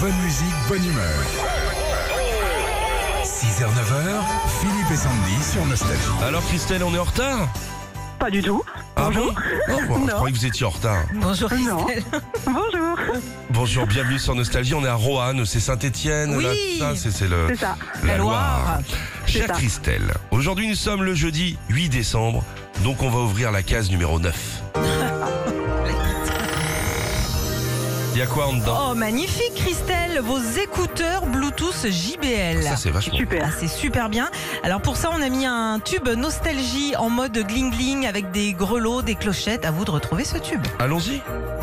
Bonne musique, bonne humeur. 6h-9h, Philippe et Sandy sur Nostalgie. Alors Christelle, on est en retard? Pas du tout. Ah Bonjour. bon? Oh, je croyais que vous étiez en retard. Bonjour Non. Christelle. Bonjour. Bonjour, bienvenue sur Nostalgie, on est à Roanne, c'est Saint-Étienne. Oui. Là, c'est C'est ça. la La Loire. Chère ça. Christelle, aujourd'hui nous sommes le jeudi 8 décembre, donc on va ouvrir la case numéro 9. Il y a quoi en dedans? Oh, magnifique Christelle, vos écouteurs Bluetooth JBL. Ça c'est vachement. Super. Ah, c'est super bien. Alors pour ça, on a mis un tube Nostalgie en mode gling-gling avec des grelots, des clochettes. À vous de retrouver ce tube. Allons-y.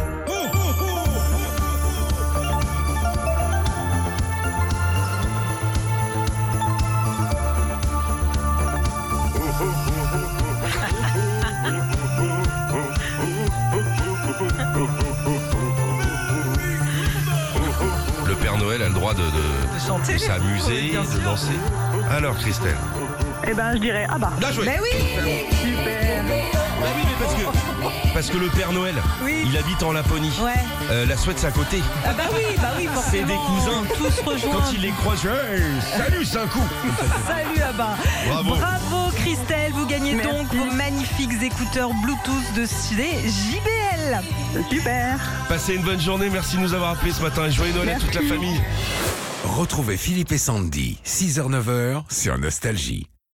Le Père Noël a le droit de chanter. de s'amuser, Oui, bien de sûr. danser. Alors Christelle. Eh ben, je dirais, ah bah, Bien joué. Mais oui. super. Bah oui, mais parce que le Père Noël, Oui. il habite en Laponie. Ouais. La Suède c'est à côté. Ah bah oui, forcément. C'est des cousins. Tous rejoints. Quand il les croise, hey, salut, c'est un coup. Salut Abba. Bravo. Bravo Christelle, vous gagnez Merci. donc vos magnifiques écouteurs Bluetooth de chez JBL. Super. Passez une bonne journée, merci de nous avoir appelés ce matin et joyeux Noël à toute la Merci. famille. Retrouvez Philippe et Sandy, 6h-9h sur Nostalgie.